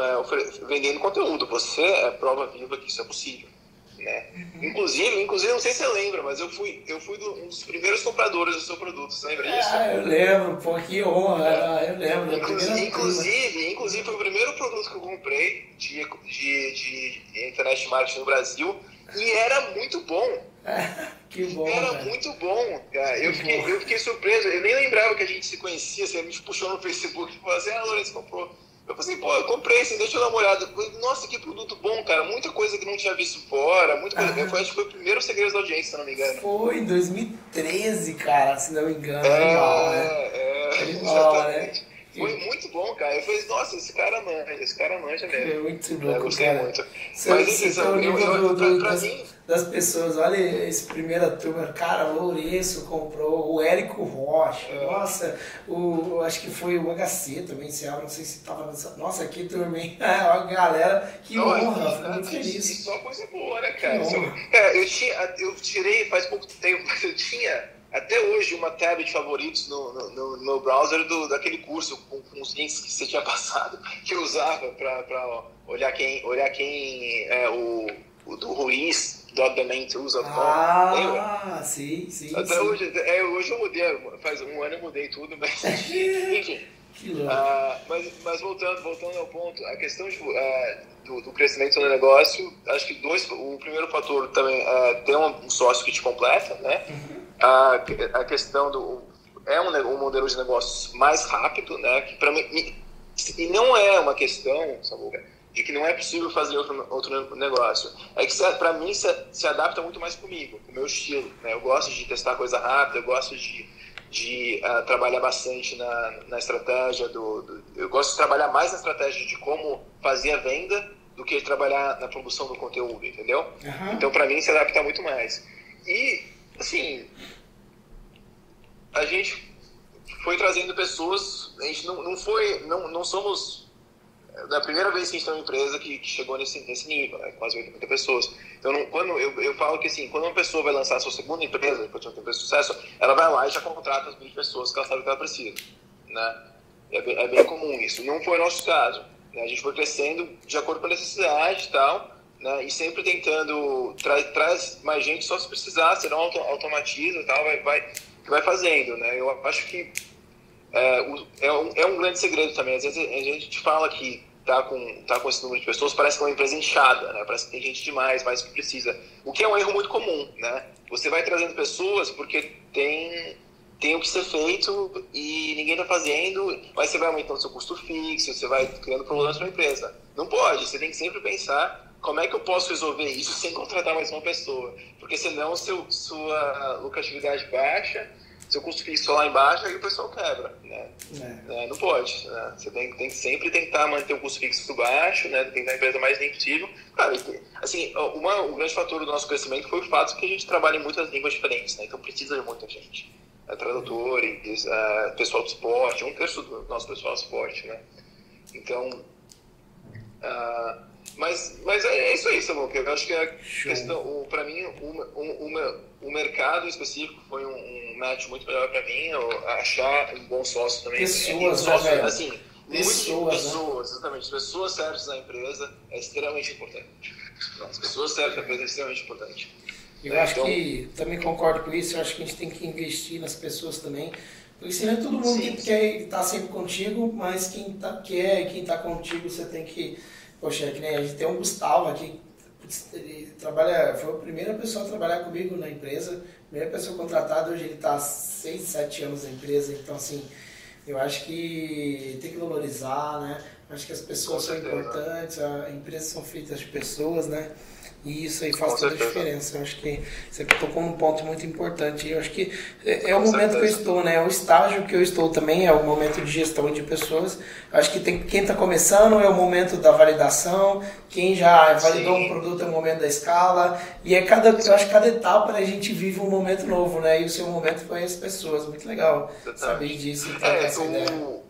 uh, vendendo conteúdo. Você é prova viva que isso é possível. Né? Uhum. Inclusive, inclusive, não sei se você lembra, mas eu fui, eu fui do, um dos primeiros compradores do seu produto, você lembra disso? Ah, eu lembro, pô, que honra, é. eu lembro. Inclusive, inclusive, inclusive, foi o primeiro produto que eu comprei de, de, de internet marketing no Brasil, e era muito bom. Que bom. Era cara. muito bom, cara. Eu fiquei, eu fiquei surpreso, eu nem lembrava que a gente se conhecia, você me puxou no Facebook e falou assim: ah, Lourenço comprou. Eu falei assim, pô, eu comprei, assim, deixa eu dar uma olhada. Nossa, que produto bom, cara. Muita coisa que não tinha visto fora. Muita coisa. Ah. Eu acho que foi o primeiro Segredos da Audiência, se não me engano. Foi em dois mil e treze, cara, se não me engano. É, animal, né? É, animal, né? Foi muito bom, cara. Eu falei, nossa, esse cara manja, esse cara manja mesmo. É muito louco, eu gostei cara. muito. Você, Mas você isso, eu, eu, eu, pra, pra das, mim... das pessoas, olha esse primeira turma, cara, o Lourenço comprou, o Érico Rocha, é. nossa, o, acho que foi o H C também, se não sei se tava nessa, nossa, que turma, hein? A galera, que não, honra, fico muito feliz. E só coisa boa, né, cara? Só, cara, eu, tinha, eu tirei faz pouco tempo, mas eu tinha... Até hoje, uma tab de favoritos no, no, no, no meu browser do, daquele curso com, com os links que você tinha passado, que eu usava para olhar quem, olhar quem é o, o do Ruiz, dot domain tools ponto com. Ah, lembra? sim, sim. Até sim. hoje, é, hoje eu mudei, faz um ano eu mudei tudo, mas enfim. Que louco. Uh, mas, mas voltando, voltando ao ponto, a questão de, uh, do, do crescimento do negócio, acho que dois, o primeiro fator também é ter um, um sócio que te completa, né? Uhum. A, a questão do é um, um modelo de negócios mais rápido, né? Que para mim e não é uma questão, Samuca, de que não é possível fazer outro, outro negócio. É que para mim se, se adapta muito mais comigo, com o meu estilo, né? Eu gosto de testar coisa rápida, eu gosto de, de uh, trabalhar bastante na, na estratégia do, do eu gosto de trabalhar mais na estratégia de como fazer a venda do que trabalhar na produção do conteúdo, entendeu? Uhum. Então para mim se adapta muito mais. E assim, a gente foi trazendo pessoas, a gente não, não foi, não, não somos é a primeira vez que a gente tem uma empresa que, que chegou nesse, nesse nível, né? Quase oitenta pessoas. Então, não, quando eu, eu falo que assim, quando uma pessoa vai lançar a sua segunda empresa, depois de uma empresa de sucesso, ela vai lá e já contrata as vinte pessoas que ela sabe que ela precisa, né? É bem, é bem comum isso. Não foi o nosso caso, né? A gente foi crescendo de acordo com a necessidade e tal, né? E sempre tentando tra traz mais gente só se precisar, senão auto automatiza e tal, vai, vai, vai fazendo, né? Eu acho que é, o, é, um, é um grande segredo também. Às vezes a gente fala que tá com, tá com esse número de pessoas, parece que é uma empresa inchada, né? Parece que tem gente demais, mais que precisa. O que é um erro muito comum, né? Você vai trazendo pessoas porque tem, tem o que ser feito e ninguém está fazendo, mas você vai aumentando seu custo fixo, você vai criando problemas para a empresa. Não pode, você tem que sempre pensar como é que eu posso resolver isso sem contratar mais uma pessoa, porque senão seu, sua lucratividade baixa, seu custo fixo lá embaixo, aí o pessoal quebra, né? É. É, não pode, né? Você tem, tem que sempre tentar manter o custo fixo baixo, né? Tentar a empresa mais limpa possível. Cara, assim, uma, um grande fator do nosso crescimento foi o fato que a gente trabalha em muitas línguas diferentes, né? Então precisa de muita gente. É, tradutores, é, pessoal de suporte, um terço do nosso pessoal de suporte, né? Então, uh, mas, mas é isso aí, Samuel. Eu acho que a questão, para mim, o, o, o mercado específico foi um, um match muito melhor para mim. Eu achar um bom sócio também. Pessoas, é, sócio, né, assim, pessoas, pessoas, né? Exatamente. As pessoas certas da empresa é extremamente importante. As pessoas certas da empresa é extremamente importante. Eu é, acho então, que, também concordo com isso, eu acho que a gente tem que investir nas pessoas também. Porque senão é todo mundo sim, que quer estar sempre contigo, mas quem tá, quer e quem está contigo, você tem que... Poxa, é que nem a gente tem um Gustavo aqui, ele trabalha, foi a primeira pessoa a trabalhar comigo na empresa, primeira pessoa contratada, hoje ele está há seis, sete anos na empresa, então assim, eu acho que tem que valorizar, né? Acho que as pessoas são importantes, as empresas são feitas de pessoas, né? E isso aí faz toda a diferença. Eu acho que você tocou num ponto muito importante. Eu acho que é, é o momento que eu estou, né? É o estágio que eu estou também, é o momento de gestão de pessoas. Eu acho que tem, quem está começando é o momento da validação, quem já validou Sim. um produto é o momento da escala. E é cada, eu acho que cada etapa a gente vive um momento novo, né? E o seu momento foi as pessoas. Muito legal saber disso. Então, é, essa o... ideia.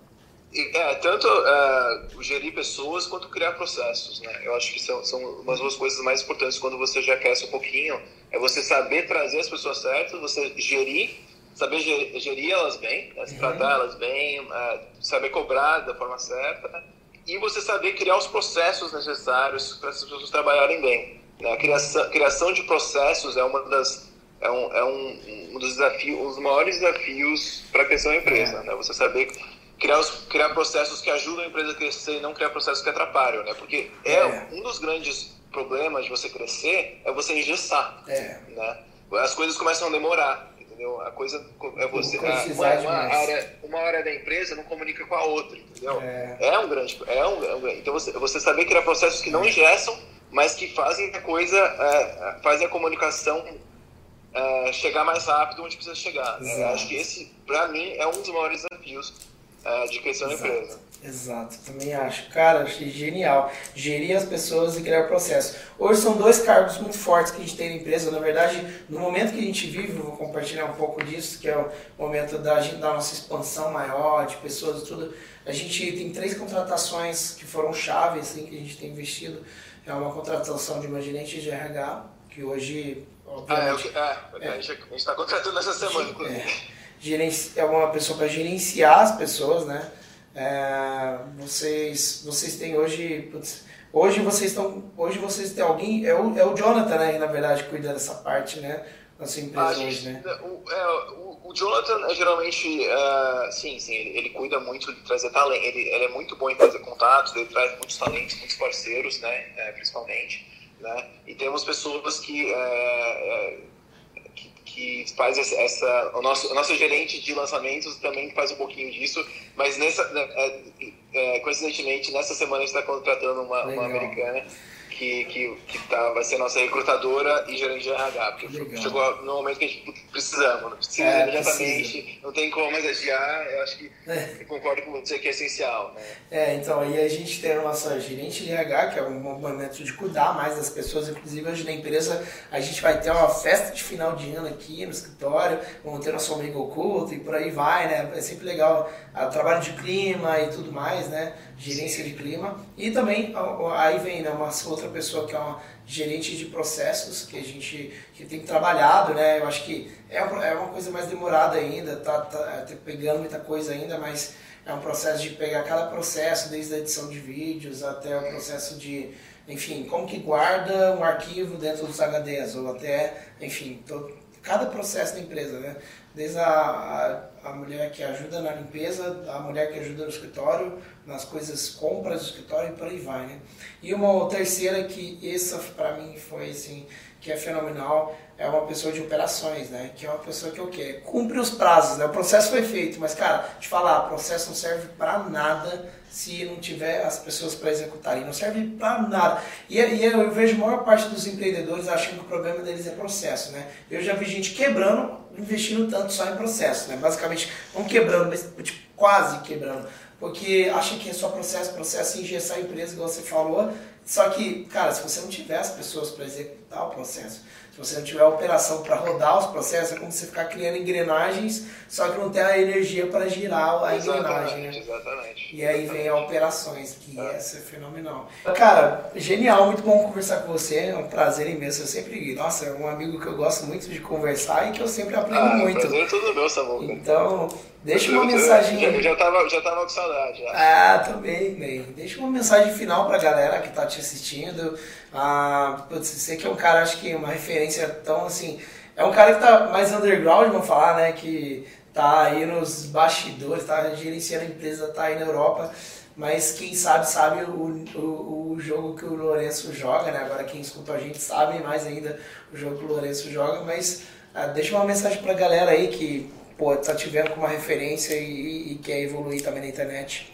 É, tanto uh, gerir pessoas quanto criar processos, né? Eu acho que são, são umas duas coisas mais importantes quando você já cresce um pouquinho. É você saber trazer as pessoas certas, você gerir, saber gerir, gerir elas bem, né? Se tratar elas bem, uh, saber cobrar da forma certa e você saber criar os processos necessários para essas pessoas trabalharem bem, né? A criação, criação de processos é uma das é um, é um, um dos desafios, um dos maiores desafios para a questão da empresa, né? Você saber Criar, os, criar processos que ajudam a empresa a crescer e não criar processos que atrapalham, né? Porque é, é. um dos grandes problemas de você crescer é você engessar, é. né? As coisas começam a demorar, entendeu? A coisa é você a, uma, uma área uma área da empresa não comunica com a outra, entendeu? É, é um grande é um, é um então você você saber criar processos que não engessam, mas que fazem a coisa é, fazem a comunicação é, chegar mais rápido onde precisa chegar. Né? Acho que esse para mim é um dos maiores desafios É, de questão da empresa. Exato, também acho. Cara, achei genial. Gerir as pessoas e criar o processo. Hoje são dois cargos muito fortes que a gente tem na empresa. Na verdade, no momento que a gente vive, eu vou compartilhar um pouco disso, que é o momento da, da nossa expansão maior, de pessoas e tudo. A gente tem três contratações que foram chave, assim, que a gente tem investido. É uma contratação de uma gerente de R H, que hoje, obviamente... Ah, é, é, é, a gente está contratando essa semana, inclusive. É. É uma pessoa para gerenciar as pessoas, né? É, vocês, vocês têm hoje, putz, hoje vocês estão, hoje vocês têm alguém, é o, é o Jonathan, né? Na verdade, cuida dessa parte, né? Da sua empresa gente, hoje, né? O, é, o, o Jonathan é geralmente, uh, sim, sim, ele, ele cuida muito de trazer talento, ele, ele é muito bom em fazer contatos, ele traz muitos talentos, muitos parceiros, né? É, principalmente, né? E temos pessoas que é, é, que faz essa, o nosso, o nosso gerente de lançamentos também faz um pouquinho disso, mas nessa, é, é, coincidentemente, nessa semana a gente está contratando uma, uma americana que, que, que tá, vai ser nossa recrutadora e gerente de R H, porque Legal. chegou no momento que a gente precisamos, precisa É, imediatamente, precisa. não tem como mais adiar, eu acho que É. eu concordo com você que é essencial, né? É, então, aí a gente tem a nossa gerente de R H, que é um momento de cuidar mais das pessoas, inclusive hoje na empresa a gente vai ter uma festa de final de ano aqui no escritório, vamos ter nosso amigo oculto e por aí vai, né? É sempre legal o trabalho de clima e tudo mais, né? Gerência de clima. E também aí vem, né, uma outra pessoa que é uma gerente de processos, que a gente que tem trabalhado, né? Eu acho que é uma, é uma coisa mais demorada ainda, tá, tá, tá pegando muita coisa ainda, mas é um processo de pegar cada processo, desde a edição de vídeos até o processo de, enfim, como que guarda um arquivo dentro dos H Ds, ou até, enfim, todo, cada processo da empresa, né? Desde a, a, a mulher que ajuda na limpeza, a mulher que ajuda no escritório, nas coisas, compras do escritório e por aí vai, né? E uma terceira que essa para mim foi assim, que é fenomenal, é uma pessoa de operações, né? Que é uma pessoa que é o quê? Cumpre os prazos, né? O processo foi feito, mas cara, te falar, o processo não serve para nada se não tiver as pessoas para executarem, não serve para nada. E, e eu vejo a maior parte dos empreendedores achando que o problema deles é processo, né? Eu já vi gente quebrando, investindo tanto só em processo, né? Basicamente, não quebrando, mas tipo, quase quebrando. Porque acha que é só processo, processo, engessar a empresa, igual você falou. Só que, cara, se você não tiver as pessoas para executar o processo, se você não tiver a operação para rodar os processos, é como você ficar criando engrenagens, só que não tem a energia para girar a engrenagem, né? Exatamente. E aí vem a operações, que é. Essa é fenomenal. Cara, genial, muito bom conversar com você, é um prazer imenso. Eu sempre, nossa, é um amigo que eu gosto muito de conversar e que eu sempre aprendo ah, muito. Prazer é tudo meu, Samuca. Então, deixa uma eu, mensagem. Eu, eu já, tava, já tava com saudade. Já. Ah, também, bem. Deixa uma mensagem final pra galera que tá te assistindo. Ah, putz, você que é um cara, acho que uma referência tão assim. É um cara que tá mais underground, vamos falar, né? Que tá aí nos bastidores, tá gerenciando a empresa, tá aí na Europa. Mas quem sabe, sabe o, o, o jogo que o Lourenço joga, né? Agora quem escuta a gente sabe mais ainda o jogo que o Lourenço joga. Mas ah, deixa uma mensagem pra galera aí que, pô, tá te vendo como uma referência e, e quer evoluir também na internet.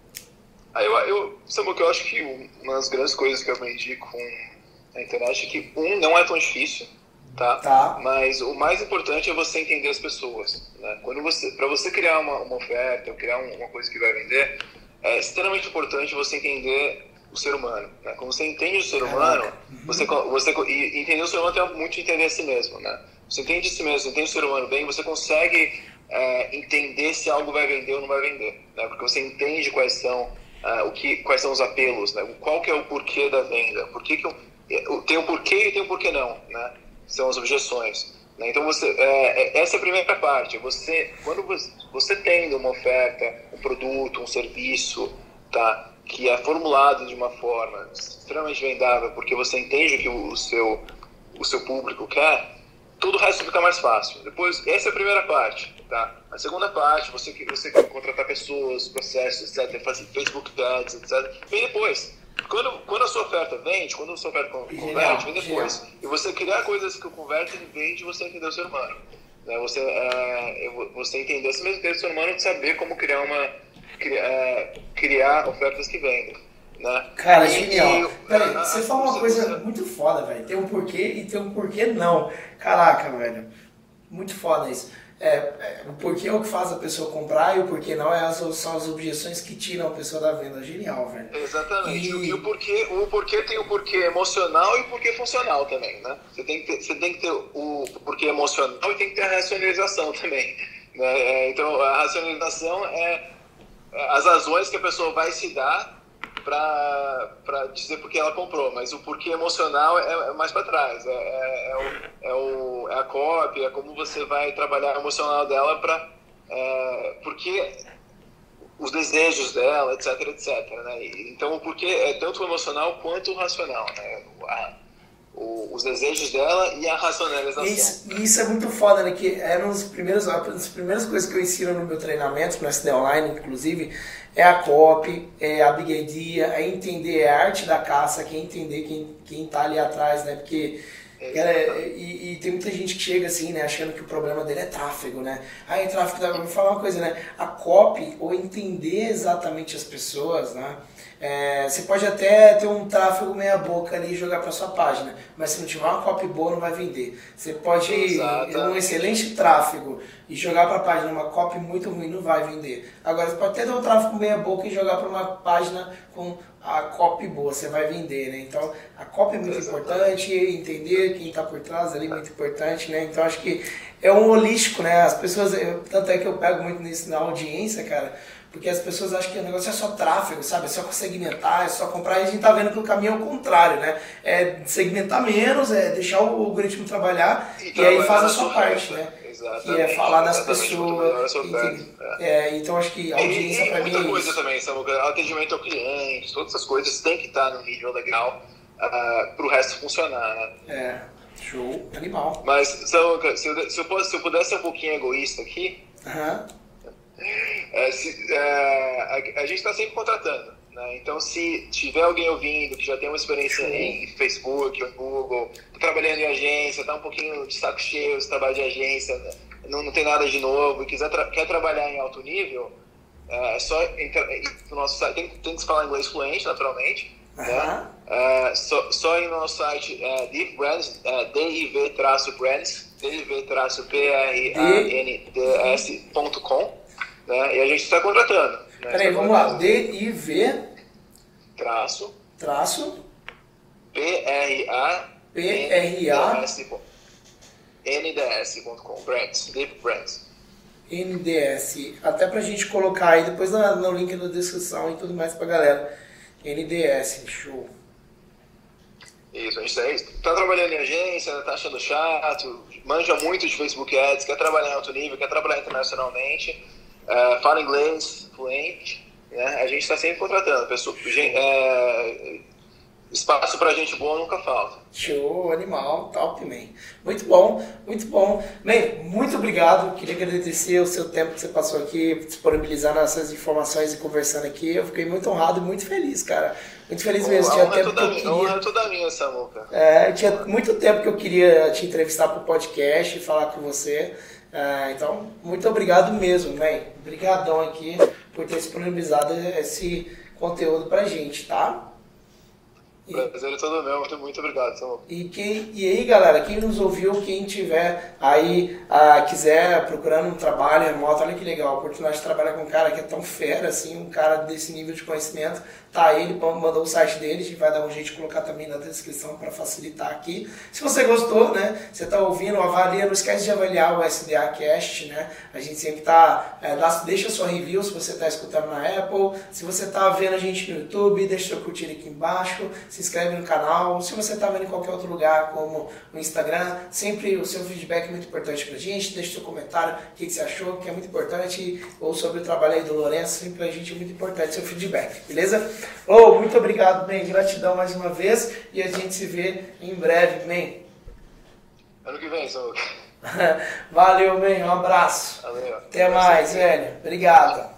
Ah, eu, eu, Samuca, eu acho que uma das grandes coisas que eu aprendi com a internet é que, um, não é tão difícil, tá? Tá. Mas o mais importante é você entender as pessoas, né? Quando você, para você criar uma, uma oferta, ou criar uma coisa que vai vender, é extremamente importante você entender o ser humano, né? Quando você entende o ser humano, uhum. você, você, e entender o ser humano tem muito entender a si mesmo, né? Você entende a si mesmo, entende o ser humano bem, você consegue é, entender se algo vai vender ou não vai vender, né? Porque você entende quais são Uh, o que, quais são os apelos, né? Qual que é o porquê da venda, por que que eu, tem o porquê e tem o porquê não, né? São as objeções, né? Então você, é, essa é a primeira parte. Você, quando você, você tem uma oferta, um produto, um serviço, tá? Que é formulado de uma forma extremamente vendável, porque você entende o que o seu, o seu público quer, tudo o resto fica mais fácil. Depois, essa é a primeira parte, tá? A segunda parte, você que você quer contratar pessoas, processos, etcétera, fazer Facebook Ads, etcétera. Vem depois. Quando, quando a sua oferta vende, quando a sua oferta converte, vem depois. E você criar coisas que convertem, vem de você entender o ser humano. Né? Você, é, você entender esse mesmo tempo o ser humano de saber como criar uma criar, criar ofertas que vendem. Né? Cara, e, genial. E, Peraí, a, a, você falou uma coisa você... muito foda, velho. Tem um porquê e tem um porquê não. Caraca, velho. Muito foda isso. É, é, o porquê é o que faz a pessoa comprar e o porquê não é as, são as objeções que tiram a pessoa da venda. Genial, velho. Exatamente. E, e o, porquê, o porquê tem o porquê emocional e o porquê funcional também, né? Você tem que ter, você tem que ter o porquê emocional e tem que ter a racionalização também. Né? Então, a racionalização é as razões que a pessoa vai se dar para dizer porque ela comprou, mas o porquê emocional é, é mais para trás, é, é, é, o, é, o, é a copy, é como você vai trabalhar o emocional dela para é, porque os desejos dela, etc, etc, né? Então o porquê é tanto o emocional quanto o racional, né? A, o, os desejos dela e a racionalização. Isso, isso é muito foda, né? Que é uma das primeiras, uma das primeiras coisas que eu ensino no meu treinamento, no S D Online, inclusive, é a copy, é a big idea, é entender a arte da caça, que é entender quem, quem tá ali atrás, né? Porque cara, e, e tem muita gente que chega assim, né, achando que o problema dele é tráfego, né? Ah, é tráfego, eu vou falar uma coisa, né? A copy, ou entender exatamente as pessoas, né? É, você pode até ter um tráfego meia boca ali e jogar para sua página, mas se não tiver uma copy boa não vai vender. Você pode ter um excelente tráfego e jogar para a página uma copy muito ruim, não vai vender. Agora você pode até ter um tráfego meia boca e jogar para uma página com a copy boa, você vai vender, né? Então a copy é muito importante, entender quem está por trás ali é muito importante, né? Então acho que é um holístico, né? As pessoas, eu, tanto é que eu pego muito nisso na audiência, cara, porque as pessoas acham que o negócio é só tráfego, sabe? É só segmentar, é só comprar, e a gente tá vendo que o caminho é o contrário, né? É segmentar menos, é deixar o algoritmo trabalhar e, e aí faz a sua parte, né? Exatamente, que é falar das pessoas. É. É, então acho que a audiência para mim é muita coisa isso. também, sabe? Atendimento ao cliente, todas essas coisas tem que estar no nível legal uh, para o resto funcionar, né? É, show, animal. Mas Samuca, se eu, se, eu, se eu pudesse ser um pouquinho egoísta aqui, uhum. é, se, é, a, a gente está sempre contratando. Né? Então, se tiver alguém ouvindo que já tem uma experiência em Facebook ou em Google, tá trabalhando em agência, está um pouquinho de saco cheio de trabalho de agência, não, não tem nada de novo e quiser tra- quer trabalhar em alto nível, é só entrar no nosso site. Tem, tem que falar inglês fluente, naturalmente. Uhum. Né? É, só, só ir no nosso site é, Div Brands, é, D I V-Brands, D I V-B R A N D S ponto com, né? E a gente está contratando. Né? Peraí, vamos lá. D I V traço traço P R A P R A N D S ponto com, Brands, Div Brands. N D S, até pra gente colocar aí depois no, no link na descrição e tudo mais pra galera. N D S, show. Isso, a gente tá, tá trabalhando em agência, tá achando chato, manja muito de Facebook Ads, quer trabalhar em alto nível, quer trabalhar internacionalmente, uh, fala inglês fluente, né? A gente está sempre contratando. Pessoa, gente, é, espaço pra gente boa nunca falta. Show, animal, top, man. Muito bom, muito bom. Man, muito obrigado. Queria agradecer o seu tempo que você passou aqui, disponibilizando essas informações e conversando aqui. Eu fiquei muito honrado e muito feliz, cara. Muito feliz mesmo. Oh, tinha tempo é que eu queria. Não é toda minha, Samuca. É, tinha muito tempo que eu queria te entrevistar pro podcast e falar com você. É, então, muito obrigado mesmo, man. Obrigadão aqui por ter disponibilizado esse conteúdo pra gente, tá? O prazer é todo meu, muito, muito obrigado, Samuca. E, quem, e aí, galera, quem nos ouviu, quem tiver aí, ah, quiser procurando um trabalho remoto, olha que legal, a oportunidade de trabalhar com um cara que é tão fera, assim, um cara desse nível de conhecimento, tá ele, mandou o site dele, a gente vai dar um jeito de colocar também na descrição para facilitar aqui. Se você gostou, né, você tá ouvindo, avalia, não esquece de avaliar o S D A Cast, né, a gente sempre tá, é, deixa sua review se você tá escutando na Apple, se você tá vendo a gente no YouTube, deixa seu curtir aqui embaixo, se inscreve no canal, se você está vendo em qualquer outro lugar, como no Instagram, sempre o seu feedback é muito importante pra gente, deixa seu comentário, o que, que você achou, que é muito importante, ou sobre o trabalho aí do Lourenço, sempre pra gente é muito importante seu feedback, beleza? Oh, muito obrigado, bem, gratidão mais uma vez, e a gente se vê em breve, bem. Ano que vem, Samuca. Valeu, bem, um abraço. Valeu. Até mais, velho. Obrigado.